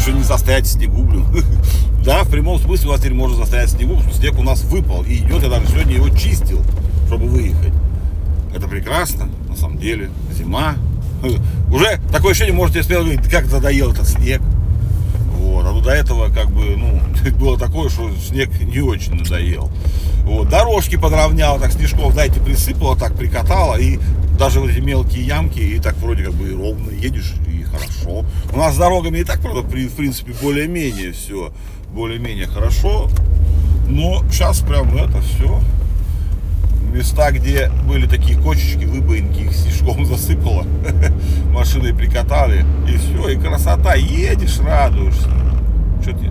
уже не застоять в снегу, блин. Да, в прямом смысле у нас теперь можно застоять в снегу, потому что снег у нас выпал. И идет, я даже сегодня его чистил, чтобы выехать. Это прекрасно, на самом деле. Зима. Уже такое ощущение, можете смело говорить, как надоел этот снег. Вот. А до этого как бы, ну, было такое, что снег не очень надоел. Вот. Дорожки подровнял, так снежков, знаете, присыпало, так прикатало. И даже вот эти мелкие ямки, и так вроде как бы ровно едешь, и хорошо. У нас с дорогами и так, правда, в принципе, более-менее все, более-менее хорошо. Но сейчас прям это все. Места, где были такие кочечки, выбоинки, их снежком засыпало, машиной прикатали, и все, и красота, едешь, радуешься. Что ты,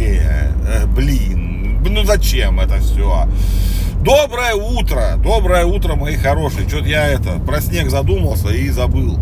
блин, ну зачем это все? Доброе утро, мои хорошие. Что-то я про снег задумался и забыл.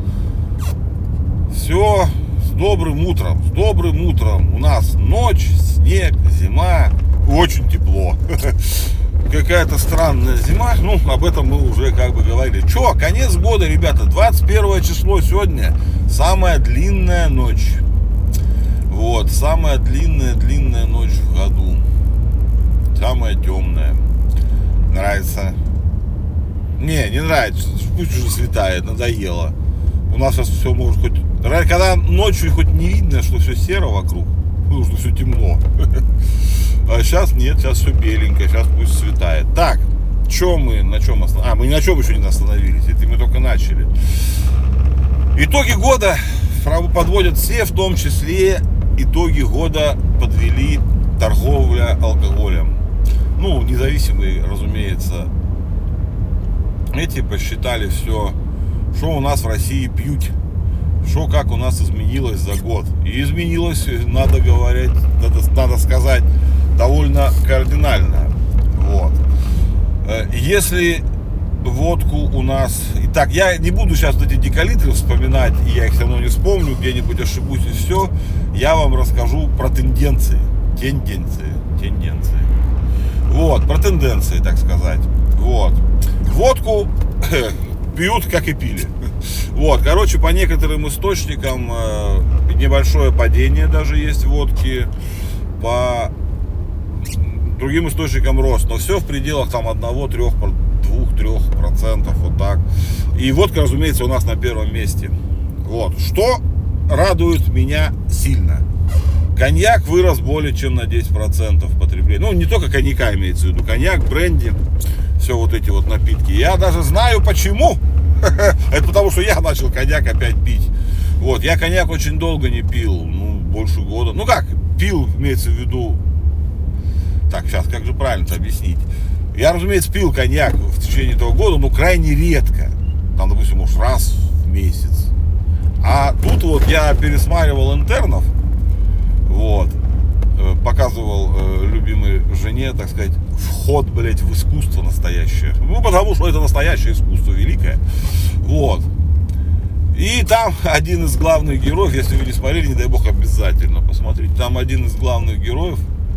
Все, с добрым утром. У нас ночь, снег, зима, очень тепло. Какая-то странная зима, ну, об этом мы уже как бы говорили. Че, конец года, ребята, 21 число сегодня, самая длинная ночь. Вот, самая длинная ночь в году. Самая темная. Нравится? Не нравится, пусть уже светает, надоело. У нас сейчас все может хоть... Когда ночью хоть не видно, что все серо вокруг, потому что все темно. А сейчас нет, сейчас все беленькое, сейчас пусть светает. Так, на чем мы мы ни на чем еще не остановились, это мы только начали. Итоги года подводят все, в том числе итоги года подвели торговля алкоголем. Ну, независимые, разумеется, эти посчитали все, что у нас в России пьют, что как у нас изменилось за год. И изменилось, надо сказать, довольно кардинально. Вот. Если водку у нас... Итак, я не буду сейчас эти декалитры вспоминать, и я их все равно не вспомню, где-нибудь ошибусь и все. Я вам расскажу про тенденции. Вот, про тенденции, так сказать. Вот. Водку пьют, как и пили. Вот, короче, по некоторым источникам небольшое падение даже есть водки. По другим источникам рост, но все в пределах там 2-3%, вот так. И водка, разумеется, у нас на первом месте. Вот. Что радует меня сильно? Коньяк вырос более чем на 10% потребления. Ну, не только коньяка имеется в виду, коньяк, бренди, все вот эти вот напитки. Я даже знаю почему. Это потому, что я начал коньяк опять пить. Вот, я коньяк очень долго не пил, ну, больше года. Ну как, пил, имеется в виду... Так, сейчас, как же правильно-то объяснить? Я, разумеется, пил коньяк в течение этого года, но крайне редко. Там, допустим, может, раз в месяц. А тут вот я пересматривал интернов, вот, показывал любимой жене, так сказать, вход, блять, в искусство настоящее. Ну, потому что это настоящее искусство великое. Вот. И там один из главных героев, если вы не смотрели, не дай бог, обязательно посмотрите. Там один из главных героев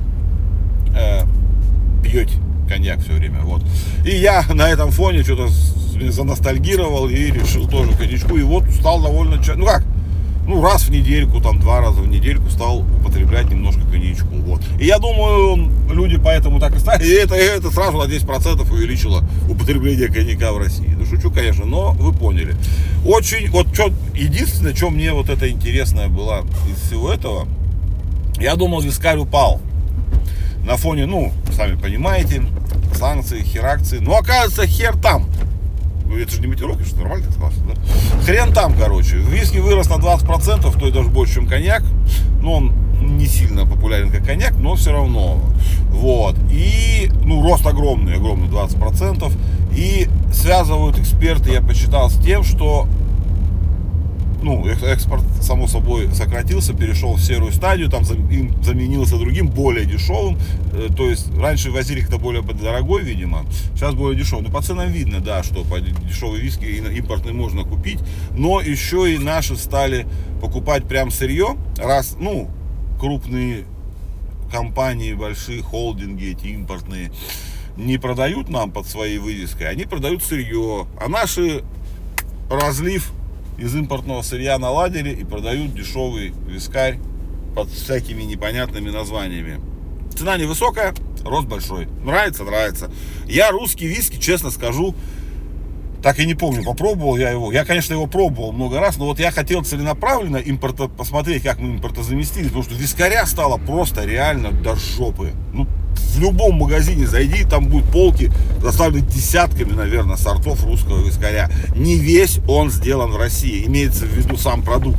пьет коньяк все время. Вот. И я на этом фоне что-то заностальгировал и решил тоже коньячку. И вот стал довольно часто, ну как, ну раз в недельку, там 2 раза в недельку стал употреблять немножко коньячку. Вот. И я думаю, люди поэтому так и стали. И это сразу на 10% увеличило употребление коньяка в России. Ну шучу, конечно, но вы поняли. Очень, вот что, единственное, что мне вот это интересное было из всего этого, я думал, вискарь упал. На фоне, ну, сами понимаете, санкции, херакции. Ну, оказывается, хер там. Это же не метеорология, что нормально так сказать, да? Хрен там, короче. Виски вырос на 20%, то и даже больше, чем коньяк. Но он не сильно популярен, как коньяк, но все равно. Вот. И, ну, рост огромный, 20%. И связывают эксперты, я почитал, с тем, что, ну, экспорт, само собой, сократился, перешел в серую стадию, там заменился другим, более дешевым. То есть раньше возили как-то более дорогой, видимо, сейчас более дешевый. Но по ценам видно, да, что по дешевой виски импортный можно купить. Но еще и наши стали покупать прям сырье, раз, ну, крупные компании, большие холдинги эти импортные не продают нам под своей вывеской, они продают сырье. А наши разлив из импортного сырья наладили и продают дешевый вискарь под всякими непонятными названиями. Цена невысокая, рост большой. Нравится, нравится. Я русский виски, честно скажу, так и не помню, попробовал я его. Я, конечно, его пробовал много раз, но вот я хотел целенаправленно посмотреть, как мы импортозаместили, потому что вискаря стало просто реально до жопы. Ну, в любом магазине зайди, там будут полки заставлены десятками, наверное, сортов русского вискаря. Не весь он сделан в России, имеется в виду сам продукт.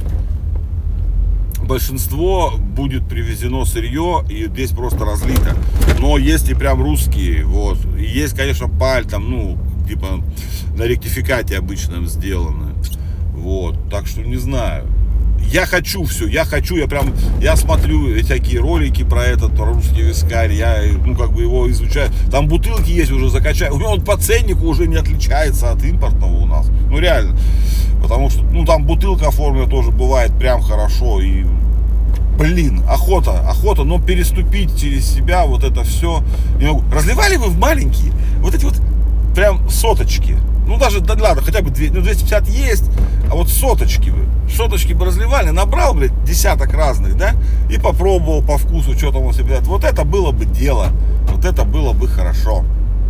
Большинство будет привезено сырье и здесь просто разлито. Но есть и прям русские, вот. И есть, конечно, паль там, ну, типа на ректификате обычном сделаны. Вот. Так что не знаю. Я хочу все, я смотрю всякие ролики про этот русский вискарь, я, ну, как бы его изучаю. Там бутылки есть уже, закачаю. У него он по ценнику уже не отличается от импортного у нас. Ну, реально. Потому что, ну, там бутылка оформлена тоже бывает прям хорошо. И, блин, охота, но переступить через себя вот это все не могу. Разливали вы в маленькие вот эти вот прям соточки? Ну, даже, да ладно, хотя бы 250 есть, а вот соточки бы разливали, набрал, блядь, десяток разных, да, и попробовал по вкусу, что там он себе, вот это было бы дело, вот это было бы хорошо.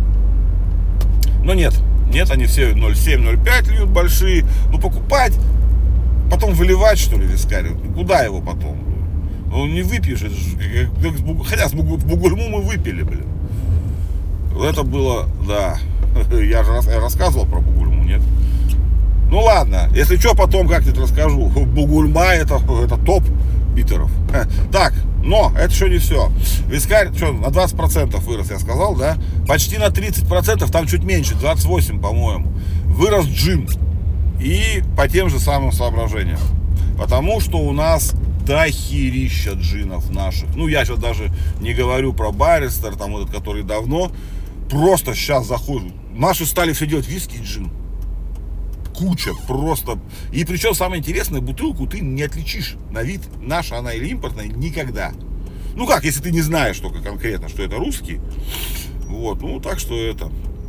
Но нет, они все 0,7, 0,5 льют большие, ну, покупать, потом выливать, что ли, вискарь, куда его потом? Ну, не выпьешь, это же, хотя с бугульму мы выпили, блин. Вот это было, да. Я же рассказывал про бугульму, нет? Ну ладно, если что, потом как-нибудь расскажу. Бугульма это топ битеров. Так, но это еще не все. Вискарь, что, на 20% вырос, я сказал, да? Почти на 30%, там чуть меньше, 28, по-моему. Вырос джин. И по тем же самым соображениям. Потому что у нас дохерища джинов наших. Ну, я сейчас даже не говорю про Баристер, там этот, который давно. Просто сейчас заходят. Наши стали все делать виски и джин. Куча просто. И причем самое интересное, бутылку ты не отличишь на вид, наша она или импортная, никогда. Ну как, если ты не знаешь только конкретно, что это русский. Вот, ну так что это.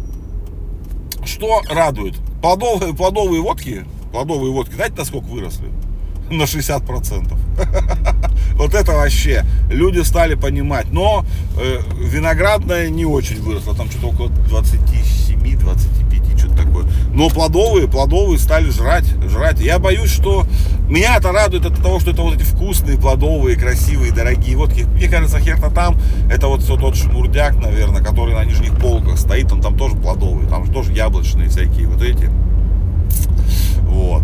Что радует? Плодовые водки, знаете, насколько выросли? На 60%. Вот это вообще. Люди стали понимать. Но виноградная не очень выросла. Там что-то около 27-25, что-то такое. Но плодовые стали жрать. Я боюсь, что меня это радует от того, что это вот эти вкусные, плодовые, красивые, дорогие водки. Мне кажется, хер-то там, это вот все тот шмурдяк, наверное, который на нижних полках стоит. Он там тоже плодовый. Там тоже яблочные всякие вот эти. Вот.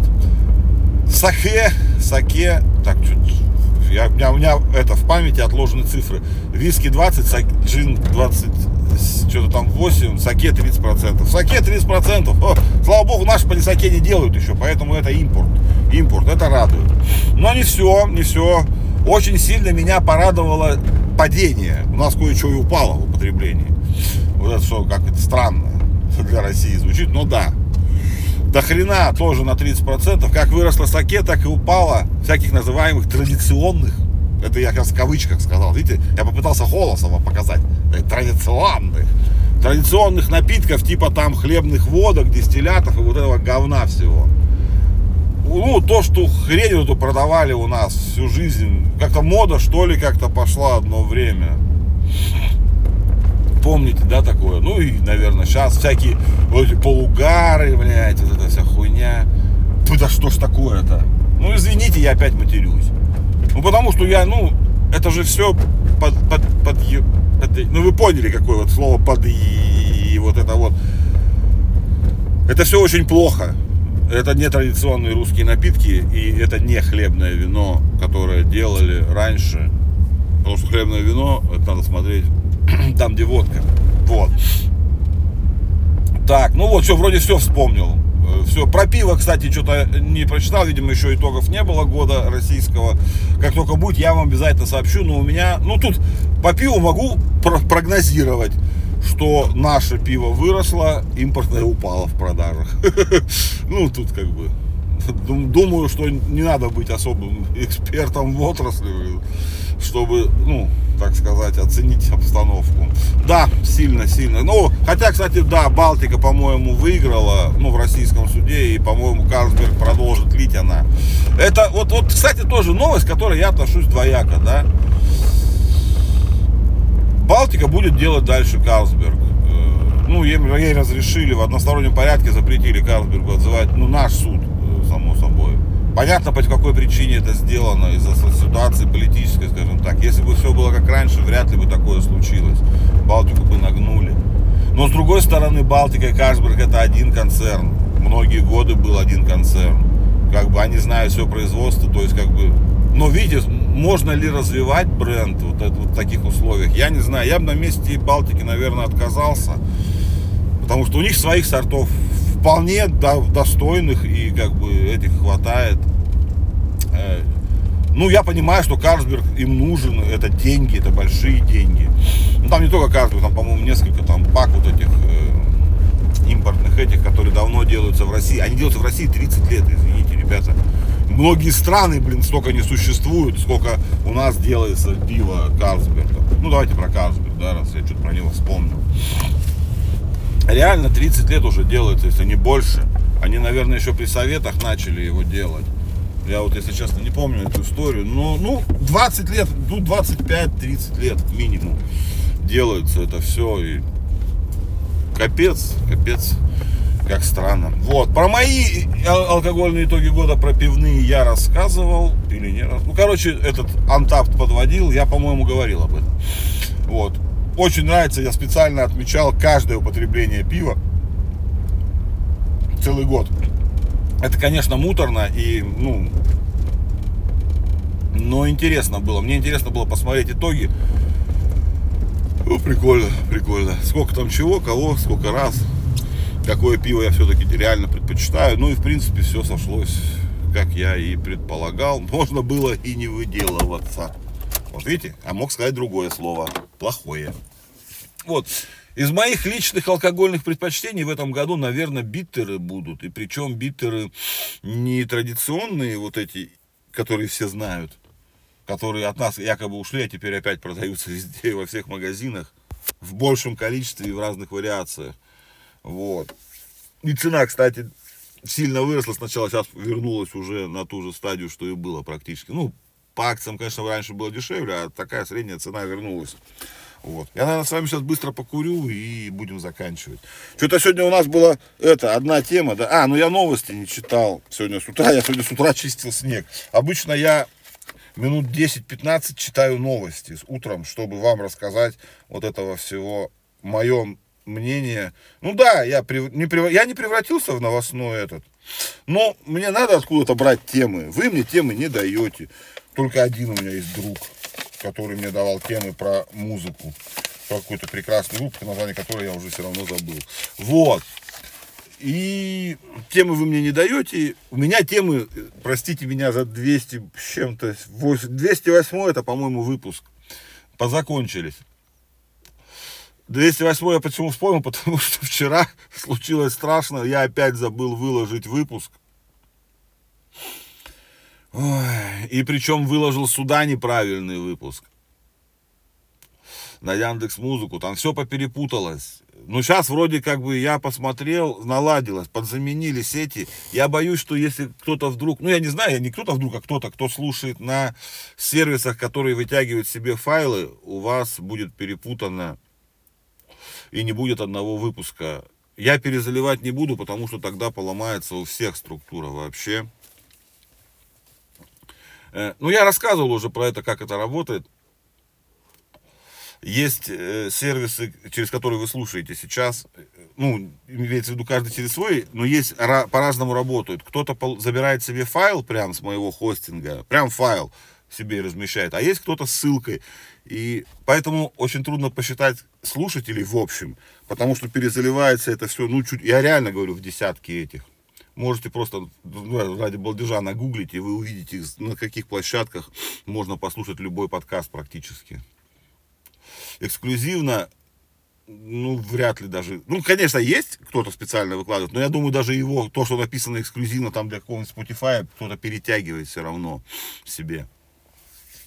Саке, так, у меня это в памяти отложены цифры. Виски 20, джин 20, что-то там 8, саке 30%. Саке 30%. О, слава богу, наши по саке не делают еще, поэтому это импорт. Это радует. Но не все. Очень сильно меня порадовало падение. У нас кое-что и упало в употреблении. Вот это что, как это странно для России звучит, но да. До хрена тоже на 30%. Как выросло саке, так и упало всяких называемых традиционных. Это я сейчас в кавычках сказал. Видите, я попытался голосом вам показать. Традиционных напитков, типа там хлебных водок, дистиллятов и вот этого говна всего. Ну, то, что хрень эту продавали у нас всю жизнь. Как-то мода, что ли, как-то пошла одно время. Помните, да, такое? Ну и, наверное, сейчас всякие вот эти полугары, блядь, вот эта вся хуйня. Да что ж такое-то? Ну, извините, я опять матерюсь. Ну, потому что это же все ну, вы поняли, какое вот слово и вот это вот. Это все очень плохо. Это не традиционные русские напитки, и это не хлебное вино, которое делали раньше. Потому что хлебное вино, это надо смотреть там, где водка. Вот. Так, ну вот, все, вроде все вспомнил. Все, про пиво, кстати, что-то не прочитал. Видимо, еще итогов не было года российского. Как только будет, я вам обязательно сообщу. Но у меня, тут по пиву могу прогнозировать, что наше пиво выросло, импортное упало в продажах. Ну, тут как бы думаю, что не надо быть особым экспертом в отрасли, чтобы, ну, так сказать, оценить обстановку. Да, сильно. Ну, хотя, кстати, да, Балтика, по-моему, выиграла, ну, в российском суде, и, по-моему, Карлсберг продолжит лить она. Это, вот, кстати, тоже новость, к которой я отношусь двояко, да. Балтика будет делать дальше Карлсберг. Ну, ей разрешили, в одностороннем порядке запретили Карлсбергу отзывать, ну, наш суд, само собой. Понятно, по какой причине это сделано, из-за ситуации политической, скажем так. Если бы все было как раньше, вряд ли бы такое случилось. Балтику бы нагнули. Но, с другой стороны, Балтика и Карлсберг — это один концерн. Многие годы был один концерн. Как бы они знают все производство, то есть, как бы... Но, видите, можно ли развивать бренд вот в таких условиях? Я не знаю. Я бы на месте Балтики, наверное, отказался. Потому что у них своих сортов вполне достойных, и как бы этих хватает. Ну, я понимаю, что Карлсберг им нужен, это деньги, это большие деньги. Ну, там не только Карлсберг, там, по-моему, несколько там пак вот этих импортных этих, которые давно делаются в России. Они делаются в России 30 лет, извините, ребята. Многие страны, блин, столько не существуют, сколько у нас делается пиво Карлсберга. Ну, давайте про Карлсберг, да, раз я что-то про него вспомнил. Реально 30 лет уже делается, если не больше. Они, наверное, еще при советах начали его делать. Я вот, если честно, не помню эту историю. Но, ну, 20 лет, ну, 25-30 лет минимум делается это все. И капец, как странно. Вот, про мои алкогольные итоги года, про пивные я рассказывал. Или не раз. Ну, короче, этот Untappd подводил, я, по-моему, говорил об этом. Вот. Очень нравится, я специально отмечал каждое употребление пива целый год. Это, конечно, муторно и, ну, но интересно было. Мне интересно было посмотреть итоги. Ну, прикольно. Сколько там чего, кого, сколько раз. Какое пиво я все-таки реально предпочитаю. Ну и, в принципе, все сошлось, как я и предполагал. Можно было и не выделываться. Вот видите, а мог сказать другое слово. Плохое. Вот. Из моих личных алкогольных предпочтений в этом году, наверное, биттеры будут. И причем биттеры не традиционные, вот эти, которые все знают, которые от нас якобы ушли, а теперь опять продаются везде, во всех магазинах, в большем количестве и в разных вариациях. Вот. И цена, кстати, сильно выросла сначала, сейчас вернулась уже на ту же стадию, что и было практически. Ну, по акциям, конечно, раньше было дешевле, а такая средняя цена вернулась. Вот. Я, наверное, с вами сейчас быстро покурю и будем заканчивать. Что-то сегодня у нас была одна тема, да. Ну я новости не читал сегодня с утра. Я сегодня с утра чистил снег. Обычно я минут 10-15 читаю новости утром, чтобы вам рассказать вот этого всего, мое мнение. Ну да, я не превратился в новостной этот. Но мне надо откуда-то брать темы. Вы мне темы не даете. Только один у меня есть друг, который мне давал темы про музыку, про какой-то прекрасный группу, название которой я уже все равно забыл. Вот. И темы вы мне не даете. У меня темы, простите меня за 200 с чем-то, 208 это, по-моему, выпуск. Позакончились. 208 я почему вспомнил, потому что вчера случилось страшно. Я опять забыл выложить выпуск. Ой, и причем выложил сюда неправильный выпуск на Яндекс.Музыку, там все поперепуталось. Ну сейчас вроде как бы я посмотрел, наладилось, подзаменили сети. Я боюсь, что если кто-то вдруг, ну я не знаю, не кто-то вдруг, а кто-то, кто слушает на сервисах, которые вытягивают себе файлы, у вас будет перепутано и не будет одного выпуска. Я перезаливать не буду, потому что тогда поломается у всех структура вообще. Ну, я рассказывал уже про это, как это работает. Есть сервисы, через которые вы слушаете сейчас. Ну, имеется в виду каждый через свой, но есть по-разному работают. Кто-то забирает себе файл прям с моего хостинга, прям файл себе размещает, а есть кто-то с ссылкой. И поэтому очень трудно посчитать слушателей в общем, потому что перезаливается это все, ну, чуть, я реально говорю, в десятки этих. Можете просто ради балдежа нагуглить, и вы увидите, на каких площадках можно послушать любой подкаст практически. Эксклюзивно, ну, вряд ли даже. Ну, конечно, есть кто-то специально выкладывает, но я думаю, даже его, то, что написано эксклюзивно там для какого-нибудь Spotify, кто-то перетягивает все равно себе.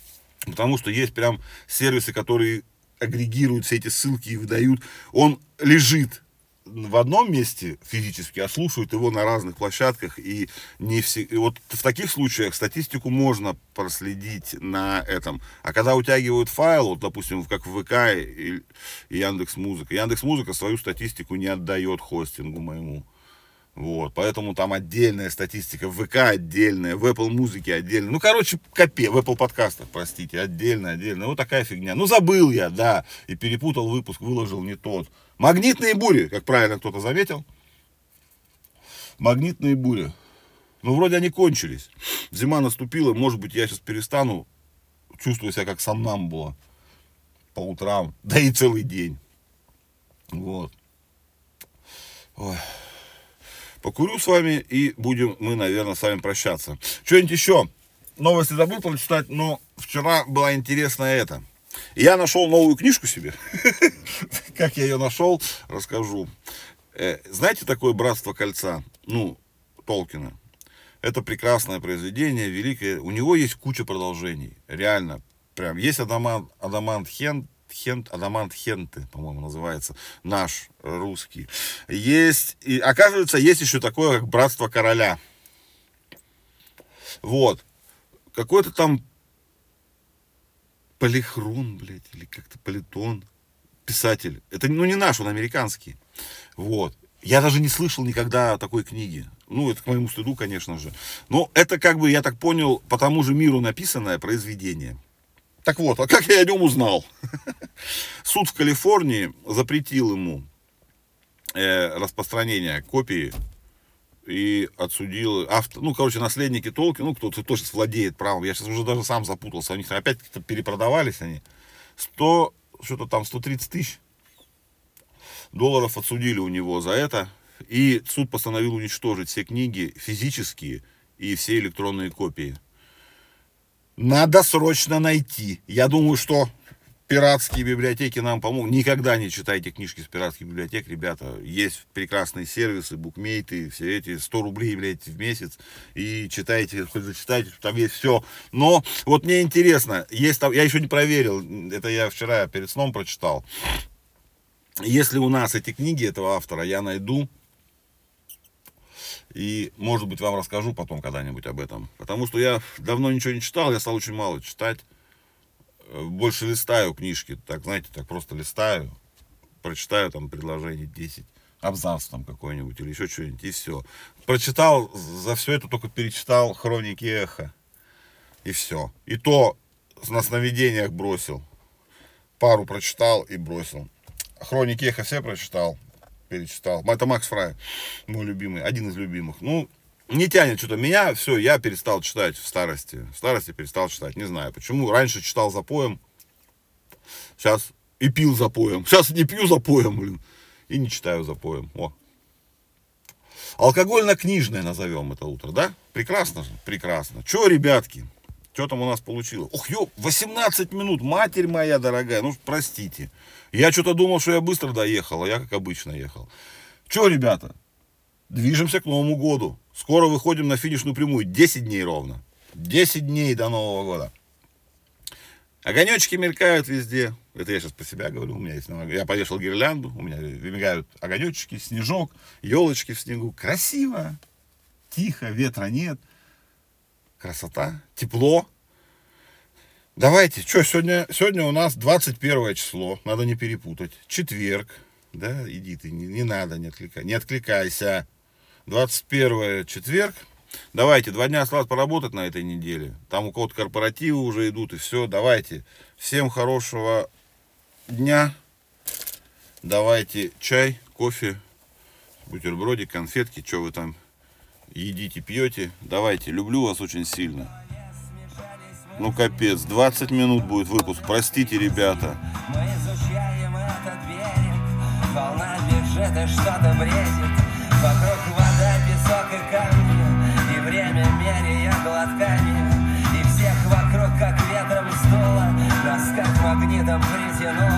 Потому что есть прям сервисы, которые агрегируют все эти ссылки и выдают. Он лежит в одном месте физически, а слушают его на разных площадках. И не все... и вот в таких случаях статистику можно проследить на этом. А когда утягивают файл, вот, допустим, как в ВК и Яндекс.Музыка, Яндекс.Музыка свою статистику не отдает хостингу моему. Вот, поэтому там отдельная статистика, в ВК отдельная, в Apple Музыке отдельная. Ну, короче, в Apple подкастах, простите, отдельно. Вот такая фигня. Ну, забыл я, да, и перепутал выпуск, выложил не тот. Магнитные бури, как правильно кто-то заметил. Магнитные бури. Ну, вроде они кончились. Зима наступила, может быть, я сейчас перестану чувствовать себя как сомнамбула по утрам, да и целый день. Вот. Ой. Покурю с вами, и будем мы, наверное, с вами прощаться. Что-нибудь еще? Новости забыл прочитать, но вчера было интересно это. Я нашел новую книжку себе. Как я ее нашел, расскажу. Знаете такое «Братство кольца»? Ну, Толкина. Это прекрасное произведение, великое. У него есть куча продолжений. Реально. Прям есть Адамант Хенте, по-моему, называется, наш русский. Есть, и оказывается, есть еще такое, как «Братство короля». Вот. Какой-то там Полихрон, блядь, или как-то Политон, писатель. Это, ну, не наш, он американский. Вот. Я даже не слышал никогда такой книги. Ну, это к моему стыду, конечно же. Но это, как бы, я так понял, по тому же миру написанное произведение. Так вот, а как я о нем узнал? Суд в Калифорнии запретил ему распространение копии и отсудил наследники Толкина, ну, кто-то тоже владеет правом. Я сейчас уже даже сам запутался. У них опять перепродавались они. 130 тысяч долларов отсудили у него за это. И суд постановил уничтожить все книги физические и все электронные копии. Надо срочно найти. Я думаю, что пиратские библиотеки нам помогут. Никогда не читайте книжки с пиратских библиотек, ребята. Есть прекрасные сервисы, букмейты, все эти 100 рублей, блядь, в месяц. И читайте, хоть зачитайте, там есть все. Но вот мне интересно, есть там, я еще не проверил, это я вчера перед сном прочитал. Если у нас эти книги этого автора, я найду. И, может быть, вам расскажу потом когда-нибудь об этом. Потому что я давно ничего не читал, я стал очень мало читать. Больше листаю книжки, так, знаете, так просто листаю. Прочитаю там предложение 10, абзац там какой-нибудь или еще что-нибудь, и все. Прочитал, за все это только перечитал «Хроники Эхо». И все. И то на сновидениях бросил. Пару прочитал и бросил. «Хроники Эхо» все прочитал. Перечитал. Это Макс Фрай, мой любимый, один из любимых. Ну, не тянет что-то меня, все, я перестал читать в старости. В старости перестал читать, не знаю почему. Раньше читал запоем, сейчас и пил запоем. Сейчас не пью запоем, блин, и не читаю запоем. О. Алкогольно-книжное назовем это утро, да? Прекрасно же? Прекрасно. Че, ребятки? Что там у нас получилось? Ох, 18 минут, матерь моя дорогая, ну, простите. Я что-то думал, что я быстро доехал, а я, как обычно, ехал. Че, ребята, движемся к Новому году. Скоро выходим на финишную прямую. 10 дней ровно. 10 дней до Нового года. Огонечки мелькают везде. Это я сейчас про себя говорю. У меня есть, я повешал гирлянду, у меня мигают огонечки, снежок, елочки в снегу. Красиво, тихо, ветра нет. Красота, тепло. Давайте, что, сегодня у нас 21 число, надо не перепутать. Четверг, да, иди ты, не надо, не откликайся. 21 четверг. Давайте, 2 дня осталось поработать на этой неделе. Там у кого-то корпоративы уже идут и все. Давайте, всем хорошего дня. Давайте чай, кофе, бутербродик, конфетки, что вы там едите, пьете. Давайте, люблю вас очень сильно. Ну капец, 20 минут будет выпуск, простите, ребята. Мы изучаем этот берег, волна бежит и что-то бредит. Вокруг вода, песок и камни, и время меряя глотками. И всех вокруг как ветром сдуло, нас как магнитом притянуло.